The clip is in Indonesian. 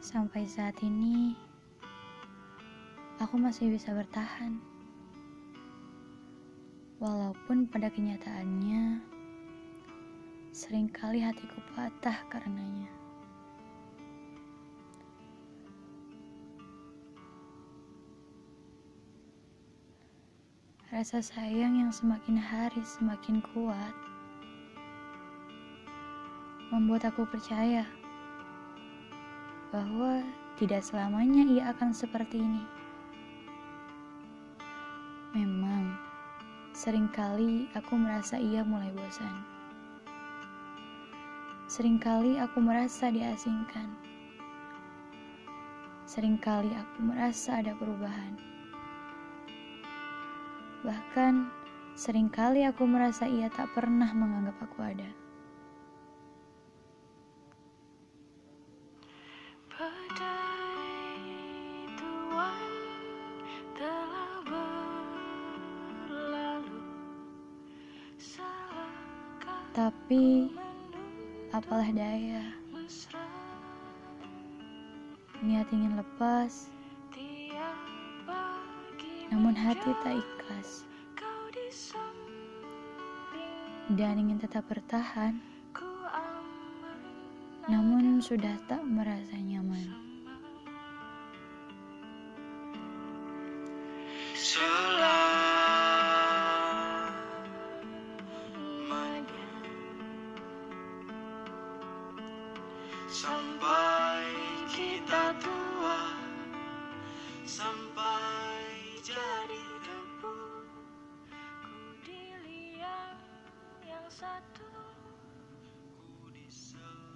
Sampai saat ini, aku masih bisa bertahan. Walaupun pada kenyataannya, seringkali hatiku patah karenanya. Rasa sayang yang semakin hari semakin kuat membuat aku percaya bahwa tidak selamanya ia akan seperti ini. Memang, seringkali aku merasa ia mulai bosan. Seringkali aku merasa diasingkan. Seringkali aku merasa ada perubahan. Bahkan, seringkali aku merasa ia tak pernah menganggap aku ada. Badai tuan telah berlalu. Tapi, apalah daya, niat ingin lepas, namun hati tak ikhlas, dan ingin tetap bertahan, namun sudah tak merasa nyaman. Sampai kita tua, sampai jadi debu, ku di liang yang satu, ku di